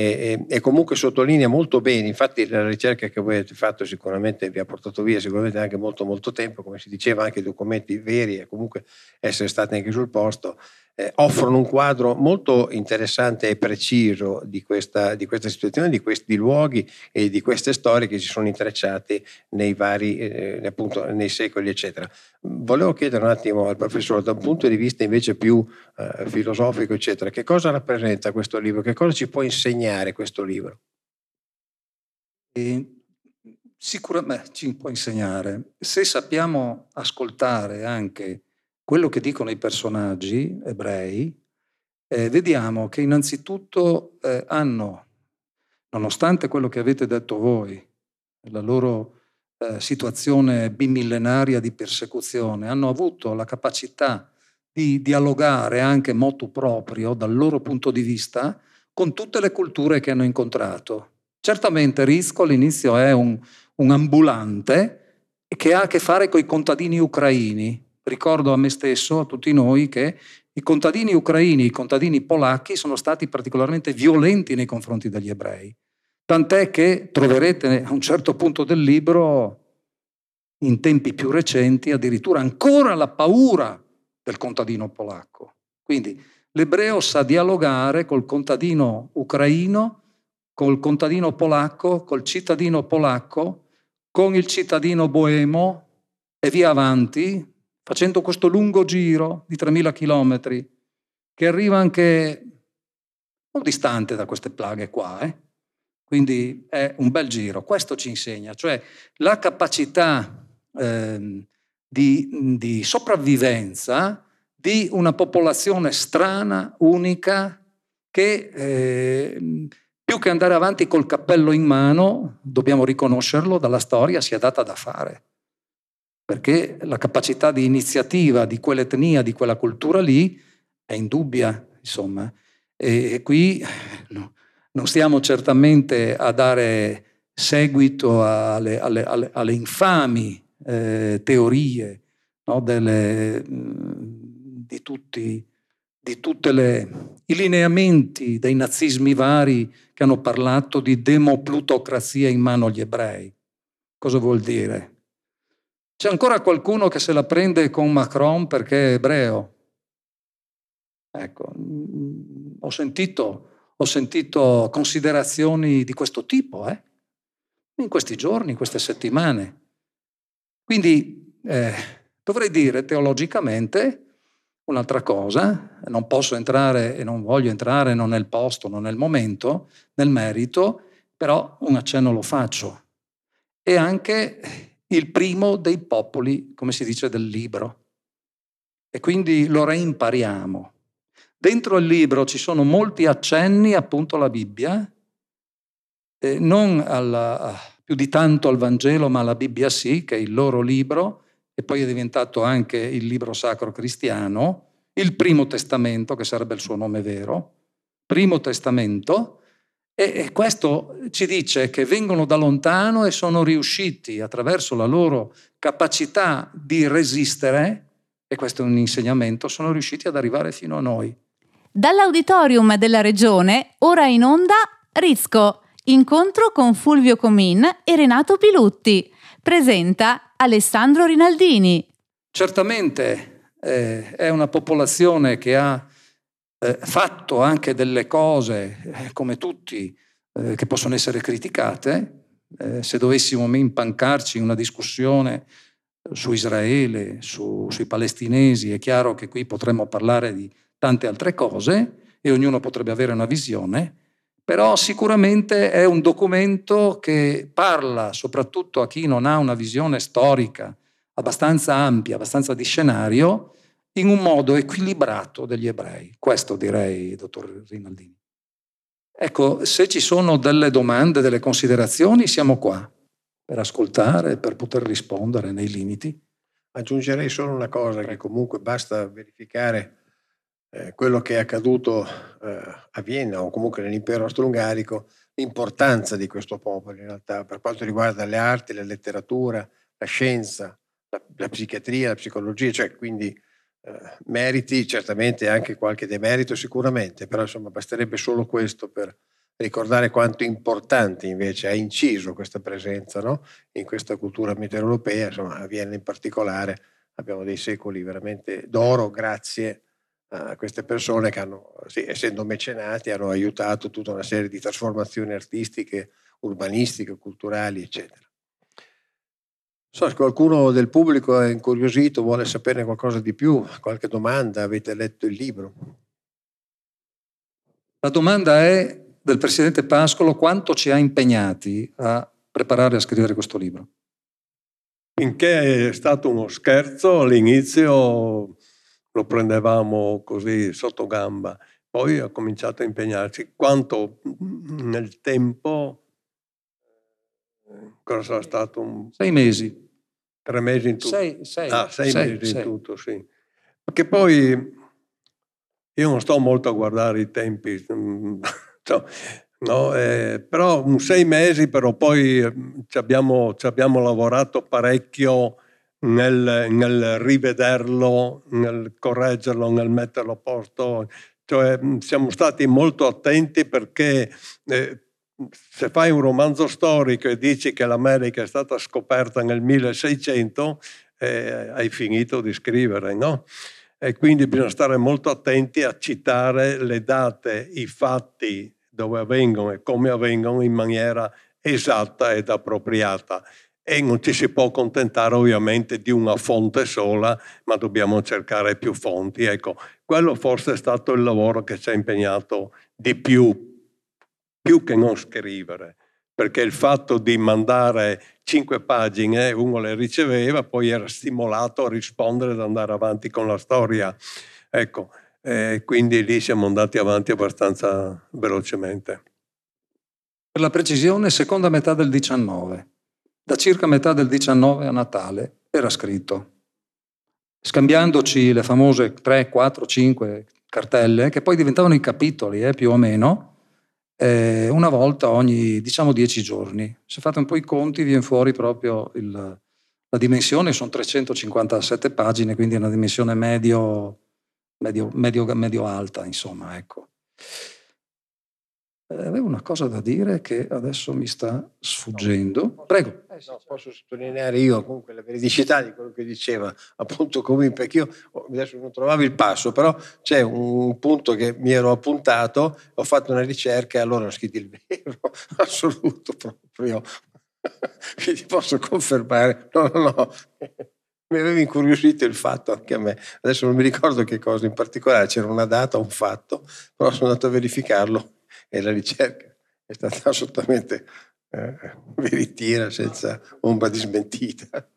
e comunque sottolinea molto bene, infatti la ricerca che voi avete fatto sicuramente vi ha portato via sicuramente anche molto tempo, come si diceva, anche documenti veri e comunque essere stati anche sul posto, offrono un quadro molto interessante e preciso di questa situazione, di questi luoghi e di queste storie che si sono intrecciate nei vari appunto nei secoli, eccetera. Volevo chiedere un attimo al professore, da un punto di vista invece più filosofico, eccetera, che cosa rappresenta questo libro? Che cosa ci può insegnare questo libro? Sicuramente ci può insegnare. Se sappiamo ascoltare anche quello che dicono i personaggi ebrei, vediamo che innanzitutto hanno, nonostante quello che avete detto voi, la loro situazione bimillenaria di persecuzione, hanno avuto la capacità di dialogare anche motu proprio dal loro punto di vista con tutte le culture che hanno incontrato. Certamente Risco all'inizio è un ambulante che ha a che fare con i contadini ucraini. Ricordo a me stesso, a tutti noi, che i contadini ucraini, i contadini polacchi sono stati particolarmente violenti nei confronti degli ebrei. Tant'è che troverete a un certo punto del libro, in tempi più recenti, addirittura ancora la paura del contadino polacco. Quindi l'ebreo sa dialogare col contadino ucraino, col contadino polacco, col cittadino polacco, con il cittadino boemo e via avanti, facendo questo lungo giro di 3.000 chilometri, che arriva anche un distante da queste plaghe qua, Quindi è un bel giro. Questo ci insegna, cioè la capacità di sopravvivenza di una popolazione strana, unica, che più che andare avanti col cappello in mano, dobbiamo riconoscerlo, dalla storia si è data da fare. Perché la capacità di iniziativa di quell'etnia, di quella cultura lì, è indubbia, insomma. E qui non stiamo certamente a dare seguito alle infami teorie, no, di tutti i lineamenti dei nazismi vari che hanno parlato di demoplutocrazia in mano agli ebrei. Cosa vuol dire? C'è ancora qualcuno che se la prende con Macron perché è ebreo. Ecco, ho sentito ho sentito considerazioni di questo tipo, in questi giorni, in queste settimane. Quindi dovrei dire teologicamente un'altra cosa, non posso entrare e non voglio entrare, non nel posto, non nel momento, nel merito, però un accenno lo faccio. È anche il primo dei popoli, come si dice, del libro. E quindi lo reimpariamo. Dentro il libro ci sono molti accenni appunto alla Bibbia, non più di tanto al Vangelo, ma alla Bibbia sì, che è il loro libro, e poi è diventato anche il libro sacro cristiano, il Primo Testamento, che sarebbe il suo nome vero, Primo Testamento, e questo ci dice che vengono da lontano e sono riusciti attraverso la loro capacità di resistere, e questo è un insegnamento, sono riusciti ad arrivare fino a noi. Dall'auditorium della Regione, ora in onda Risco, incontro con Fulvio Comin e Renato Pilutti. Presenta Alessandro Rinaldini. Certamente è una popolazione che ha fatto anche delle cose, come tutti, che possono essere criticate. Se dovessimo impancarci in una discussione su Israele, sui palestinesi, è chiaro che qui potremmo parlare di tante altre cose e ognuno potrebbe avere una visione, però sicuramente è un documento che parla soprattutto a chi non ha una visione storica abbastanza ampia, abbastanza di scenario, in un modo equilibrato degli ebrei. Questo direi, dottor Rinaldini. Ecco, se ci sono delle domande, delle considerazioni, siamo qua per ascoltare, per poter rispondere nei limiti. Aggiungerei solo una cosa, che comunque basta verificare quello che è accaduto a Vienna o comunque nell'impero austro-ungarico, l'importanza di questo popolo in realtà per quanto riguarda le arti, la letteratura, la scienza, la psichiatria, la psicologia, cioè quindi meriti certamente anche qualche demerito sicuramente, però insomma basterebbe solo questo per ricordare quanto importante invece ha inciso questa presenza, no? In questa cultura mitteleuropea, insomma a Vienna in particolare abbiamo dei secoli veramente d'oro grazie a queste persone che hanno, sì, essendo mecenati, hanno aiutato tutta una serie di trasformazioni artistiche, urbanistiche, culturali, eccetera. So, se qualcuno del pubblico è incuriosito, vuole saperne qualcosa di più, qualche domanda, avete letto il libro? La domanda è del Presidente Pascolo: quanto ci ha impegnati a preparare e a scrivere questo libro? Finché è stato uno scherzo, all'inizio lo prendevamo così sotto gamba, poi ho cominciato a impegnarci. Quanto nel tempo, cosa sarà stato? 6 mesi. 3 mesi in tutto. 6 mesi in tutto, sì. Perché poi io non sto molto a guardare i tempi, no, però 6 mesi, però poi ci abbiamo lavorato parecchio nel rivederlo, nel correggerlo, nel metterlo a posto. Cioè siamo stati molto attenti perché se fai un romanzo storico e dici che l'America è stata scoperta nel 1600, hai finito di scrivere, no? E quindi bisogna stare molto attenti a citare le date, i fatti, dove avvengono e come avvengono in maniera esatta ed appropriata. E non ci si può accontentare ovviamente di una fonte sola, ma dobbiamo cercare più fonti. Ecco, quello forse è stato il lavoro che ci ha impegnato di più che non scrivere, perché il fatto di mandare 5 pagine, uno le riceveva, poi era stimolato a rispondere ed andare avanti con la storia. Ecco, quindi lì siamo andati avanti abbastanza velocemente. Per la precisione, seconda metà del 19. Da circa metà del 19 a Natale era scritto, scambiandoci le famose 3, 4, 5 cartelle, che poi diventavano i capitoli, più o meno, una volta ogni, diciamo, 10 giorni. Se fate un po' i conti, viene fuori proprio la dimensione, sono 357 pagine, quindi è una dimensione medio alta, insomma, ecco. avevo una cosa da dire che adesso mi sta sfuggendo. Prego. No, posso sottolineare io comunque la veridicità di quello che diceva appunto Comin, perché io adesso non trovavo il passo, però c'è un punto che mi ero appuntato, ho fatto una ricerca e allora ho scritto il vero assoluto proprio. Quindi posso confermare, no. Mi aveva incuriosito il fatto anche a me. Adesso non mi ricordo che cosa in particolare, c'era una data, un fatto, però sono andato a verificarlo e la ricerca è stata assolutamente veritiera, senza ombra di smentita.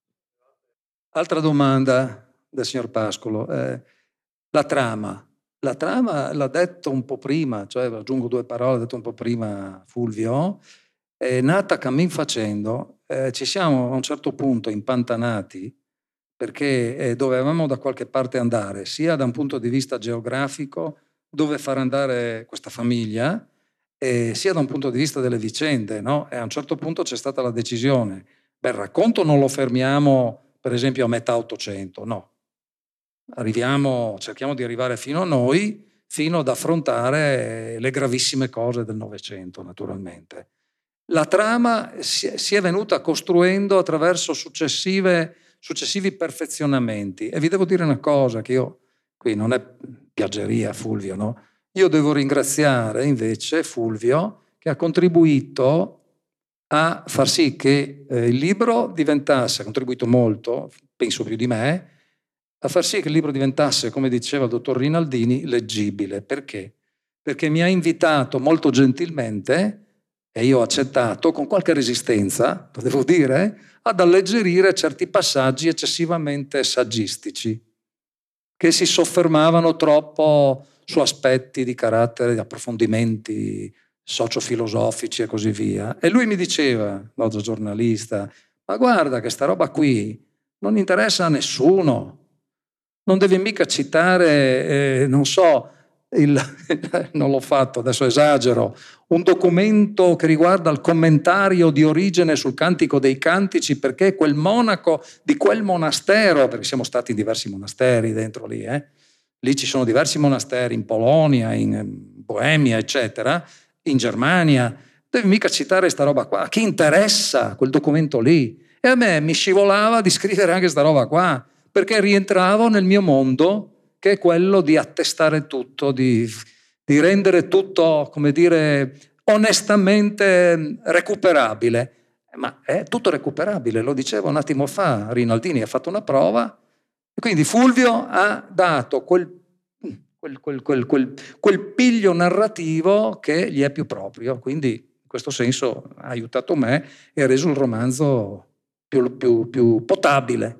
Altra domanda del signor Pascolo. La trama. La trama l'ha detto un po' prima, cioè aggiungo 2 parole, l'ha detto un po' prima Fulvio, è nata cammin facendo, ci siamo a un certo punto impantanati perché dovevamo da qualche parte andare, sia da un punto di vista geografico, dove far andare questa famiglia, sia da un punto di vista delle vicende, no? E a un certo punto c'è stata la decisione, il racconto non lo fermiamo per esempio a metà 800, no. Cerchiamo di arrivare fino a noi, fino ad affrontare le gravissime cose del Novecento, naturalmente. La trama si è venuta costruendo attraverso successivi perfezionamenti. E vi devo dire una cosa, che io, qui non è piaggeria Fulvio, no? Io devo ringraziare invece Fulvio, che ha contribuito a far sì che il libro diventasse, ha contribuito molto, penso più di me, a far sì che il libro diventasse, come diceva il dottor Rinaldini, leggibile. Perché? Perché mi ha invitato molto gentilmente, e io ho accettato, con qualche resistenza, lo devo dire, ad alleggerire certi passaggi eccessivamente saggistici, che si soffermavano troppo su aspetti di carattere, di approfondimenti sociofilosofici e così via. E lui mi diceva, noto giornalista, ma guarda che sta roba qui non interessa a nessuno, non devi mica citare, non so, non l'ho fatto, adesso esagero, un documento che riguarda il commentario di Origene sul Cantico dei Cantici, perché quel monaco di quel monastero, perché siamo stati in diversi monasteri dentro lì, lì ci sono diversi monasteri in Polonia, in Boemia, eccetera, in Germania, devi mica citare sta roba qua, a chi interessa quel documento lì? E a me mi scivolava di scrivere anche sta roba qua, perché rientravo nel mio mondo, che è quello di attestare tutto, di rendere tutto, come dire, onestamente recuperabile. Ma è tutto recuperabile, lo dicevo un attimo fa, Rinaldini ha fatto una prova, e quindi Fulvio ha dato quel piglio narrativo che gli è più proprio, quindi in questo senso ha aiutato me e ha reso il romanzo più potabile.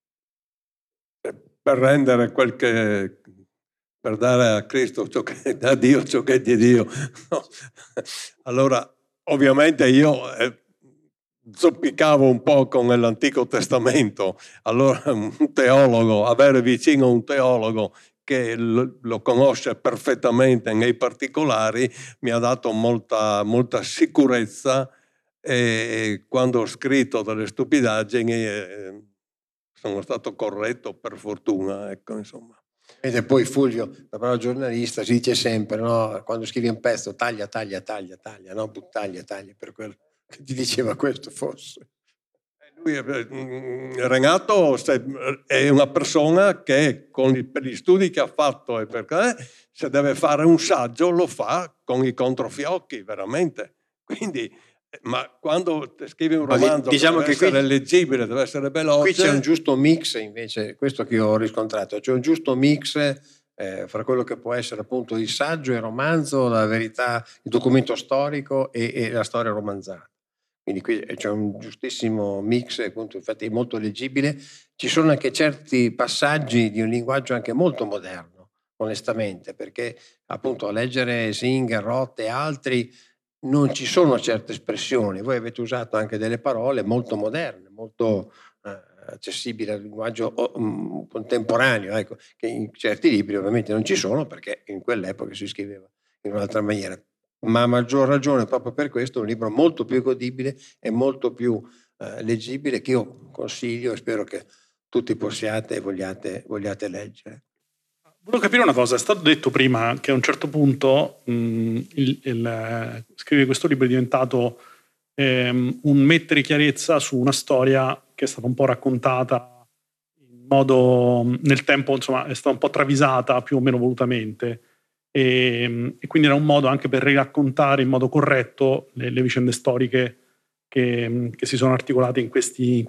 Per rendere per dare a Cristo a Dio ciò che è di Dio. No. Allora, ovviamente io zoppicavo un po' con l'Antico Testamento, allora un teologo, avere vicino un teologo che lo conosce perfettamente nei particolari mi ha dato molta sicurezza, e quando ho scritto delle stupidaggini sono stato corretto, per fortuna, ecco, insomma. E poi Fulvio, da bravo giornalista, si dice sempre, no? Quando scrivi un pezzo, taglia, no? Taglia, per quello che ti diceva questo forse. Renato è una persona che per gli studi che ha fatto e perché se deve fare un saggio lo fa con i controfiocchi, veramente. Quindi, ma quando scrivi un romanzo diciamo deve che essere leggibile, deve essere veloce. Qui c'è un giusto mix, invece, questo che io ho riscontrato, c'è un giusto mix fra quello che può essere appunto il saggio, il romanzo, la verità, il documento storico e la storia romanzata. Quindi qui c'è un giustissimo mix, appunto, infatti è molto leggibile. Ci sono anche certi passaggi di un linguaggio anche molto moderno, onestamente, perché appunto a leggere Singer, Roth e altri non ci sono certe espressioni. Voi avete usato anche delle parole molto moderne, molto accessibili al linguaggio contemporaneo, ecco, che in certi libri ovviamente non ci sono perché in quell'epoca si scriveva in un'altra maniera. Ma a maggior ragione, proprio per questo, è un libro molto più godibile e molto più leggibile, che io consiglio e spero che tutti possiate e vogliate leggere. Volevo capire una cosa, è stato detto prima che a un certo punto scrivere questo libro è diventato un mettere chiarezza su una storia che è stata un po' raccontata in modo, nel tempo, insomma, è stata un po' travisata più o meno volutamente, e quindi era un modo anche per riraccontare in modo corretto le vicende storiche che si sono articolate in questi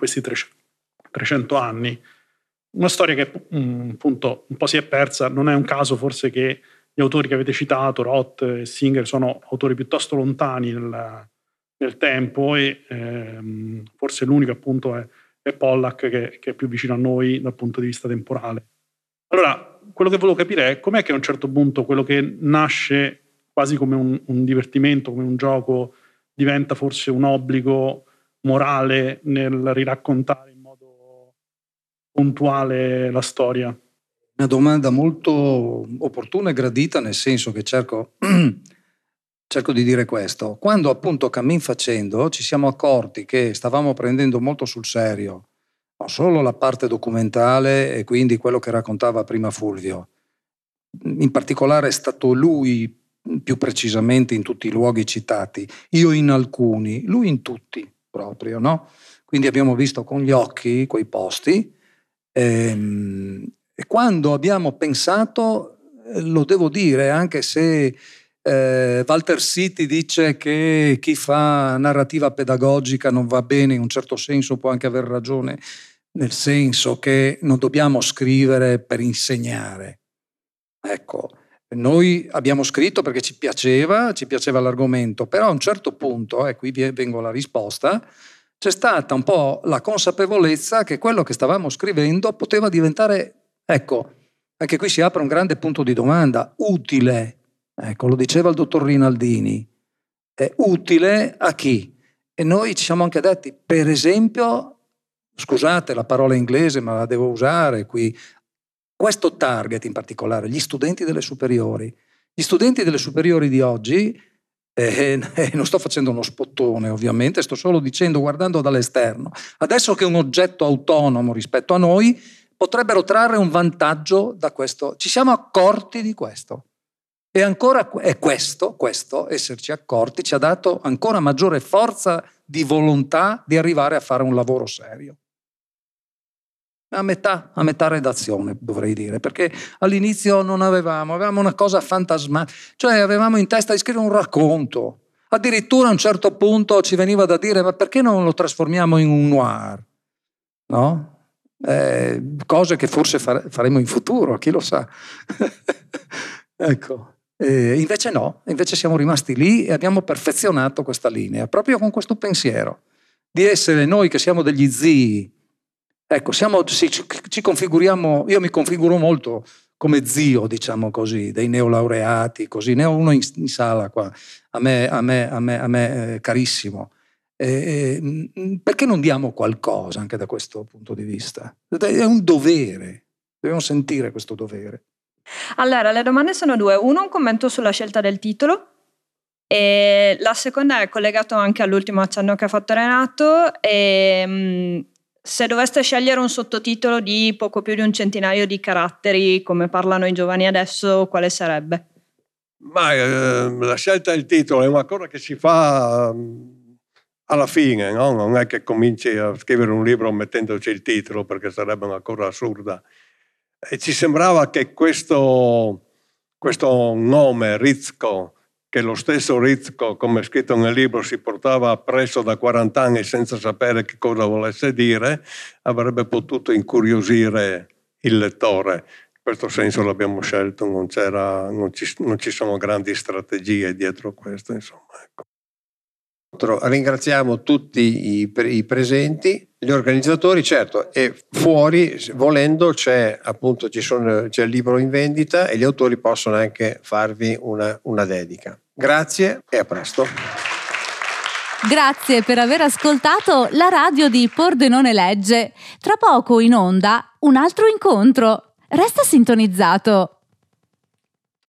300 anni. Una storia che appunto un po' si è persa. Non è un caso forse che gli autori che avete citato, Roth e Singer, sono autori piuttosto lontani nel tempo, e forse l'unico appunto è Pollack che è più vicino a noi dal punto di vista temporale. Allora, quello che volevo capire è com'è che a un certo punto quello che nasce quasi come un divertimento, come un gioco, diventa forse un obbligo morale nel riraccontare in modo puntuale la storia. Una domanda molto opportuna e gradita, nel senso che cerco di dire questo. Quando appunto cammin facendo ci siamo accorti che stavamo prendendo molto sul serio non solo la parte documentale e quindi quello che raccontava prima Fulvio, in particolare è stato lui più precisamente in tutti i luoghi citati, io in alcuni, lui in tutti proprio, no? Quindi abbiamo visto con gli occhi quei posti. E quando abbiamo pensato, lo devo dire, anche se Walter City dice che chi fa narrativa pedagogica non va bene, in un certo senso può anche aver ragione, nel senso che non dobbiamo scrivere per insegnare. Ecco, noi abbiamo scritto perché ci piaceva l'argomento, però a un certo punto, e qui vengo alla risposta, c'è stata un po' la consapevolezza che quello che stavamo scrivendo poteva diventare, ecco, anche qui si apre un grande punto di domanda, utile. Ecco, lo diceva il dottor Rinaldini, è utile a chi? E noi ci siamo anche detti, per esempio, scusate la parola inglese ma la devo usare qui, questo target in particolare, gli studenti delle superiori. Gli studenti delle superiori di oggi, non sto facendo uno spottone ovviamente, sto solo dicendo, guardando dall'esterno, adesso che è un oggetto autonomo rispetto a noi, potrebbero trarre un vantaggio da questo. Ci siamo accorti di questo. E ancora è questo, esserci accorti, ci ha dato ancora maggiore forza di volontà di arrivare a fare un lavoro serio. A metà redazione, dovrei dire, perché all'inizio non avevamo una cosa fantasmatica, cioè avevamo in testa di scrivere un racconto. Addirittura a un certo punto ci veniva da dire, ma perché non lo trasformiamo in un noir? No? Cose che forse faremo in futuro, chi lo sa. Ecco. Invece no, invece siamo rimasti lì e abbiamo perfezionato questa linea, proprio con questo pensiero, di essere noi che siamo degli zii. Ecco, ci configuriamo, io mi configuro molto come zio, diciamo così, dei neolaureati, così. Ne ho uno in sala qua, a me carissimo. Perché non diamo qualcosa anche da questo punto di vista? È un dovere, dobbiamo sentire questo dovere. Allora, le domande sono due. Uno, un commento sulla scelta del titolo, e la seconda è collegato anche all'ultimo accenno che ha fatto Renato. Se doveste scegliere un sottotitolo di poco più di 100 di caratteri, come parlano i giovani adesso, quale sarebbe? Ma la scelta del titolo è una cosa che si fa alla fine, no? Non è che cominci a scrivere un libro mettendoci il titolo, perché sarebbe una cosa assurda. E ci sembrava che questo nome, Rizko, che lo stesso Rizko, come scritto nel libro, si portava appresso da 40 anni senza sapere che cosa volesse dire, avrebbe potuto incuriosire il lettore. In questo senso l'abbiamo scelto, non ci sono grandi strategie dietro questo, insomma. Ecco. Ringraziamo tutti i presenti, gli organizzatori, certo, e fuori, volendo, c'è il libro in vendita e gli autori possono anche farvi una dedica. Grazie e a presto. Grazie per aver ascoltato la radio di Pordenone Legge. Tra poco in onda un altro incontro. Resta sintonizzato.